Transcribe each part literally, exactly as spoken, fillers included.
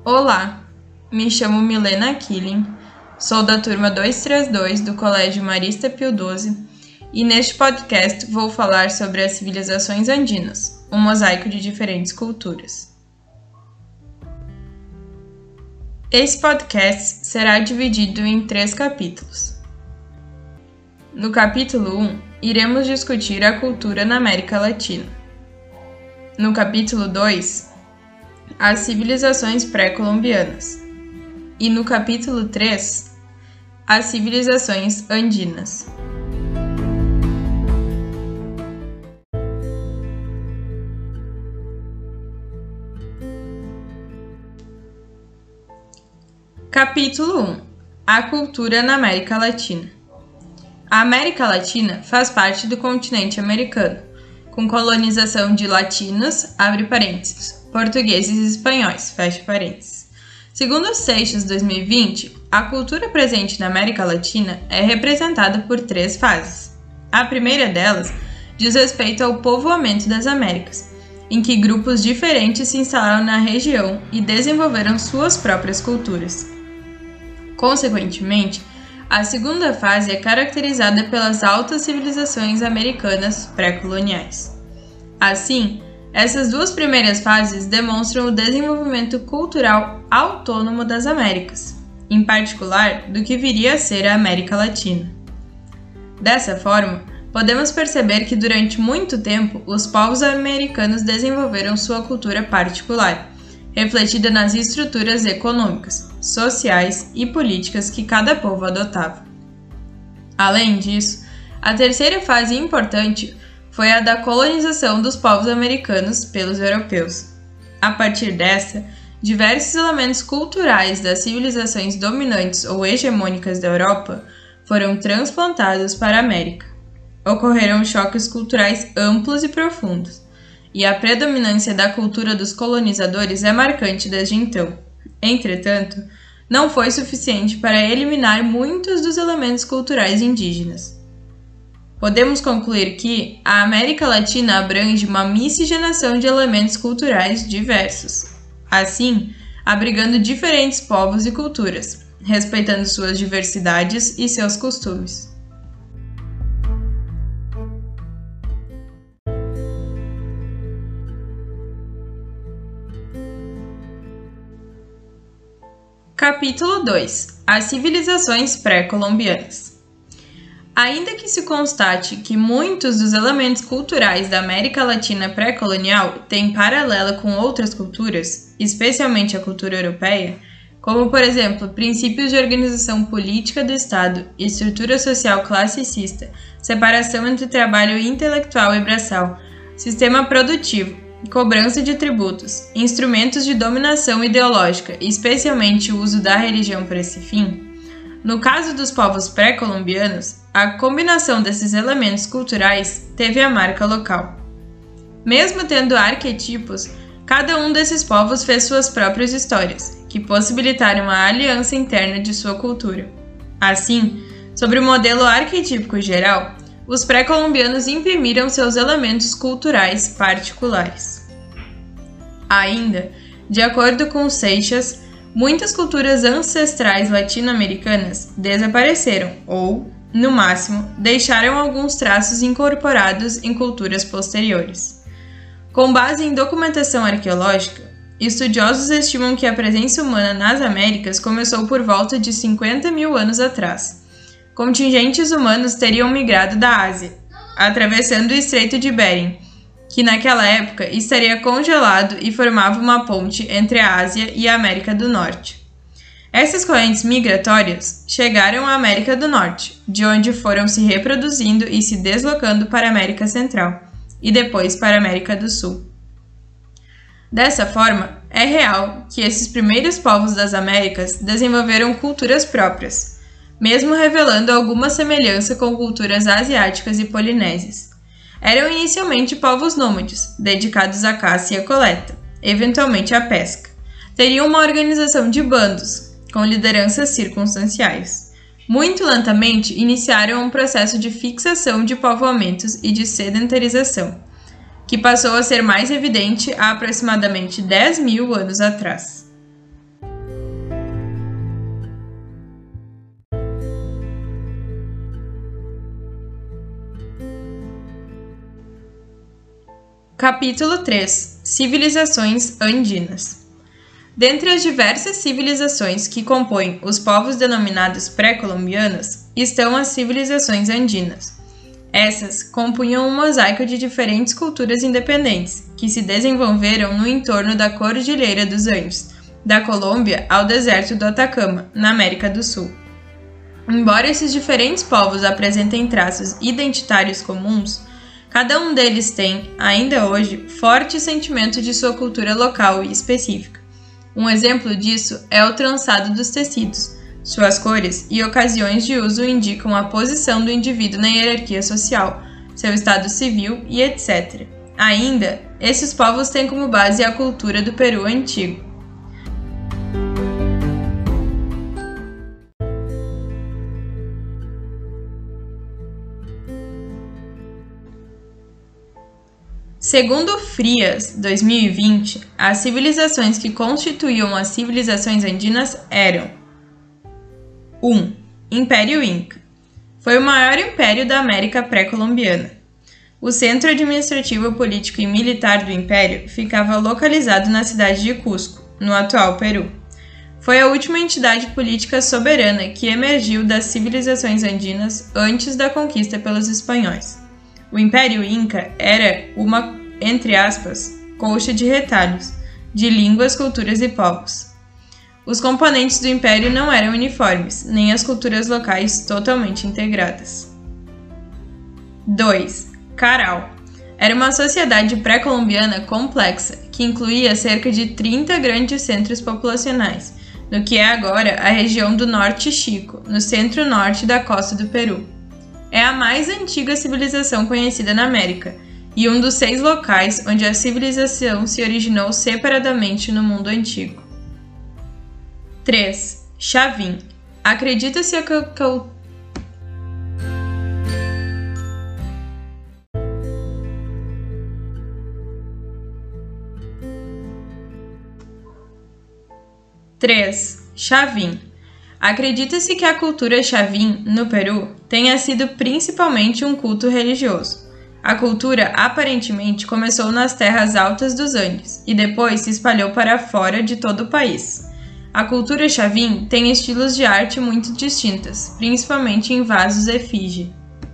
Olá, me chamo Milena Killing, sou da turma duzentos e trinta e dois do Colégio Marista Pio doze e neste podcast vou falar sobre as civilizações andinas, um mosaico de diferentes culturas. Esse podcast será dividido em três capítulos. No capítulo um, iremos discutir a cultura na América Latina. No capítulo dois, as civilizações pré-colombianas. E no capítulo três, as civilizações andinas. Capítulo um. A cultura na América Latina. A América Latina faz parte do continente americano, com colonização de latinos, abre parênteses, portugueses e espanhóis, fecha parênteses. Segundo o Seixas dois mil e vinte, a cultura presente na América Latina é representada por três fases. A primeira delas diz respeito ao povoamento das Américas, em que grupos diferentes se instalaram na região e desenvolveram suas próprias culturas. Consequentemente, a segunda fase é caracterizada pelas altas civilizações americanas pré-coloniais. Assim, essas duas primeiras fases demonstram o desenvolvimento cultural autônomo das Américas, em particular do que viria a ser a América Latina. Dessa forma, podemos perceber que durante muito tempo os povos americanos desenvolveram sua cultura particular, refletida nas estruturas econômicas, sociais e políticas que cada povo adotava. Além disso, a terceira fase importante foi a da colonização dos povos americanos pelos europeus. A partir dessa, diversos elementos culturais das civilizações dominantes ou hegemônicas da Europa foram transplantados para a América. Ocorreram choques culturais amplos e profundos, e a predominância da cultura dos colonizadores é marcante desde então. Entretanto, não foi suficiente para eliminar muitos dos elementos culturais indígenas. Podemos concluir que a América Latina abrange uma miscigenação de elementos culturais diversos, assim, abrigando diferentes povos e culturas, respeitando suas diversidades e seus costumes. Capítulo dois. As civilizações pré-colombianas. Ainda que se constate que muitos dos elementos culturais da América Latina pré-colonial têm paralela com outras culturas, especialmente a cultura europeia, como, por exemplo, princípios de organização política do Estado, estrutura social classicista, separação entre trabalho intelectual e braçal, sistema produtivo, cobrança de tributos, instrumentos de dominação ideológica, especialmente o uso da religião para esse fim. No caso dos povos pré-colombianos, a combinação desses elementos culturais teve a marca local. Mesmo tendo arquetipos, cada um desses povos fez suas próprias histórias, que possibilitaram a aliança interna de sua cultura. Assim, sobre o modelo arquetípico geral, os pré-colombianos imprimiram seus elementos culturais particulares. Ainda, de acordo com Seixas, muitas culturas ancestrais latino-americanas desapareceram ou, no máximo, deixaram alguns traços incorporados em culturas posteriores. Com base em documentação arqueológica, estudiosos estimam que a presença humana nas Américas começou por volta de cinquenta mil anos atrás. Contingentes humanos teriam migrado da Ásia, atravessando o Estreito de Bering, que naquela época estaria congelado e formava uma ponte entre a Ásia e a América do Norte. Essas correntes migratórias chegaram à América do Norte, de onde foram se reproduzindo e se deslocando para a América Central, e depois para a América do Sul. Dessa forma, é real que esses primeiros povos das Américas desenvolveram culturas próprias, mesmo revelando alguma semelhança com culturas asiáticas e polinésias. Eram inicialmente povos nômades, dedicados à caça e à coleta, eventualmente à pesca. Teriam uma organização de bandos, com lideranças circunstanciais. Muito lentamente, iniciaram um processo de fixação de povoamentos e de sedentarização, que passou a ser mais evidente há aproximadamente dez mil anos atrás. Capítulo três. Civilizações andinas. Dentre as diversas civilizações que compõem os povos denominados pré-colombianos, estão as civilizações andinas. Essas compunham um mosaico de diferentes culturas independentes, que se desenvolveram no entorno da Cordilheira dos Andes, da Colômbia ao deserto do Atacama, na América do Sul. Embora esses diferentes povos apresentem traços identitários comuns, cada um deles tem, ainda hoje, forte sentimento de sua cultura local e específica. Um exemplo disso é o trançado dos tecidos. Suas cores e ocasiões de uso indicam a posição do indivíduo na hierarquia social, seu estado civil e etcétera. Ainda, esses povos têm como base a cultura do Peru antigo. Segundo Frias, dois mil e vinte, as civilizações que constituíam as civilizações andinas eram: um. Império Inca. Foi o maior império da América pré-colombiana. O centro administrativo, político e militar do império ficava localizado na cidade de Cusco, no atual Peru. Foi a última entidade política soberana que emergiu das civilizações andinas antes da conquista pelos espanhóis. O Império Inca era uma, entre aspas, colcha de retalhos, de línguas, culturas e povos. Os componentes do império não eram uniformes, nem as culturas locais totalmente integradas. dois. Caral. Era uma sociedade pré-colombiana complexa, que incluía cerca de trinta grandes centros populacionais, no que é agora a região do Norte Chico, no centro-norte da costa do Peru. É a mais antiga civilização conhecida na América, e um dos seis locais onde a civilização se originou separadamente no mundo antigo. três. Chavin. Acredita-se que a três. Chavin. Acredita-se que a cultura Chavin, no Peru, tenha sido principalmente um culto religioso. A cultura aparentemente começou nas terras altas dos Andes e depois se espalhou para fora de todo o país. A cultura Chavin tem estilos de arte muito distintas, principalmente em vasos efígie.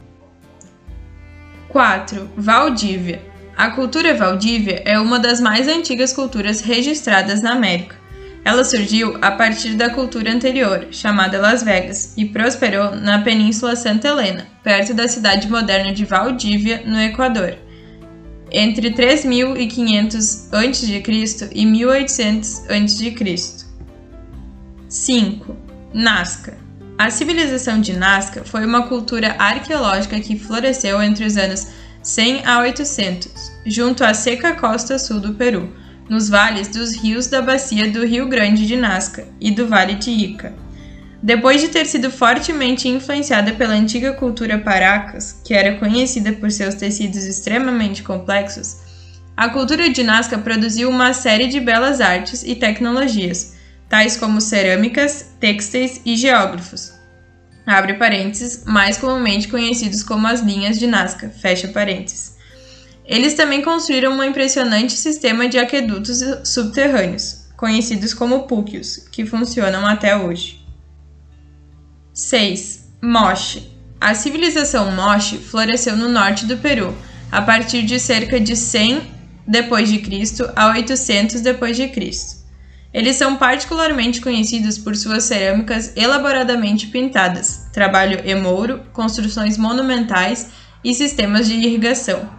quatro. Valdívia. A cultura Valdívia é uma das mais antigas culturas registradas na América. Ela surgiu a partir da cultura anterior, chamada Las Vegas, e prosperou na Península Santa Helena, perto da cidade moderna de Valdívia, no Equador, entre três mil e quinhentos antes de Cristo e mil e oitocentos antes de Cristo. cinco. Nazca. A civilização de Nazca foi uma cultura arqueológica que floresceu entre os anos cem a oitocentos, junto à seca costa sul do Peru, nos vales dos rios da bacia do Rio Grande de Nazca e do Vale de Ica. Depois de ter sido fortemente influenciada pela antiga cultura Paracas, que era conhecida por seus tecidos extremamente complexos, a cultura de Nazca produziu uma série de belas artes e tecnologias, tais como cerâmicas, têxteis e geógrafos, abre parênteses, mais comumente conhecidos como as linhas de Nazca, fecha parênteses. Eles também construíram um impressionante sistema de aquedutos subterrâneos, conhecidos como púquios, que funcionam até hoje. seis. Moche. A civilização Moche floresceu no norte do Peru, a partir de cerca de cem depois de Cristo a oitocentos depois de Cristo. Eles são particularmente conhecidos por suas cerâmicas elaboradamente pintadas, trabalho emouro, construções monumentais e sistemas de irrigação.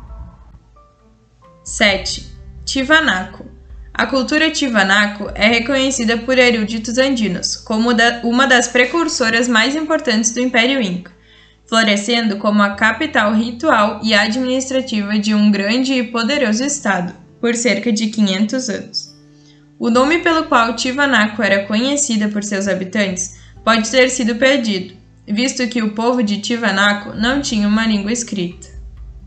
sete. Tiwanaku. A cultura Tiwanaku é reconhecida por eruditos andinos como uma das precursoras mais importantes do Império Inca, florescendo como a capital ritual e administrativa de um grande e poderoso estado, por cerca de quinhentos anos. O nome pelo qual Tiwanaku era conhecida por seus habitantes pode ter sido perdido, visto que o povo de Tiwanaku não tinha uma língua escrita.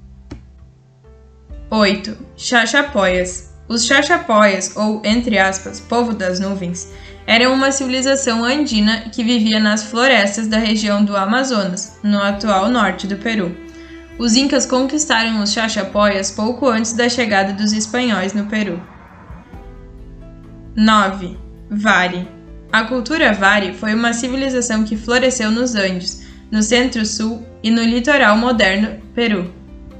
oito. Chachapoias. Os Chachapoias, ou, entre aspas, povo das nuvens, eram uma civilização andina que vivia nas florestas da região do Amazonas, no atual norte do Peru. Os incas conquistaram os Chachapoyas pouco antes da chegada dos espanhóis no Peru. nove. Vari. A cultura Vari foi uma civilização que floresceu nos Andes, no centro-sul e no litoral moderno Peru.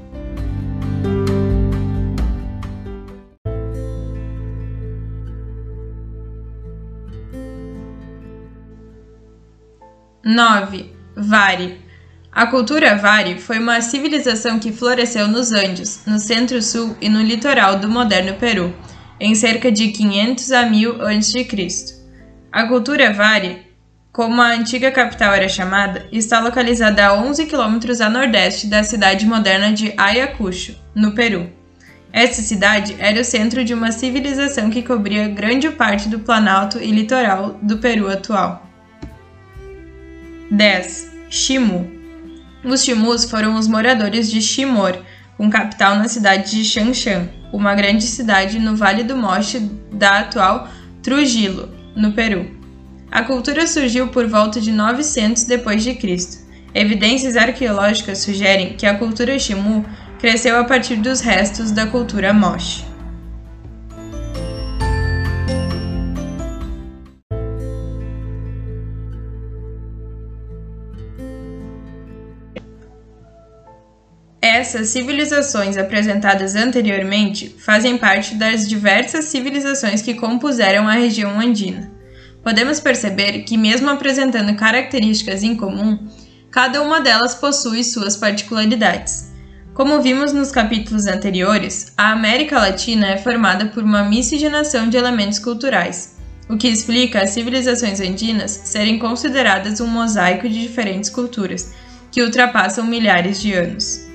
nove. Vari. A cultura Vari foi uma civilização que floresceu nos Andes, no centro-sul e no litoral do moderno Peru, em cerca de quinhentos a mil antes de Cristo. A cultura Vari, como a antiga capital era chamada, está localizada a onze quilômetros a nordeste da cidade moderna de Ayacucho, no Peru. Essa cidade era o centro de uma civilização que cobria grande parte do planalto e litoral do Peru atual. dez. Chimu. Os Chimus foram os moradores de Chimor, com capital na cidade de Xanxan, uma grande cidade no Vale do Moche da atual Trujillo, no Peru. A cultura surgiu por volta de novecentos depois de Cristo. Evidências arqueológicas sugerem que a cultura Chimu cresceu a partir dos restos da cultura Moche. Essas civilizações apresentadas anteriormente fazem parte das diversas civilizações que compuseram a região andina. Podemos perceber que, mesmo apresentando características em comum, cada uma delas possui suas particularidades. Como vimos nos capítulos anteriores, a América Latina é formada por uma miscigenação de elementos culturais, o que explica as civilizações andinas serem consideradas um mosaico de diferentes culturas, que ultrapassam milhares de anos.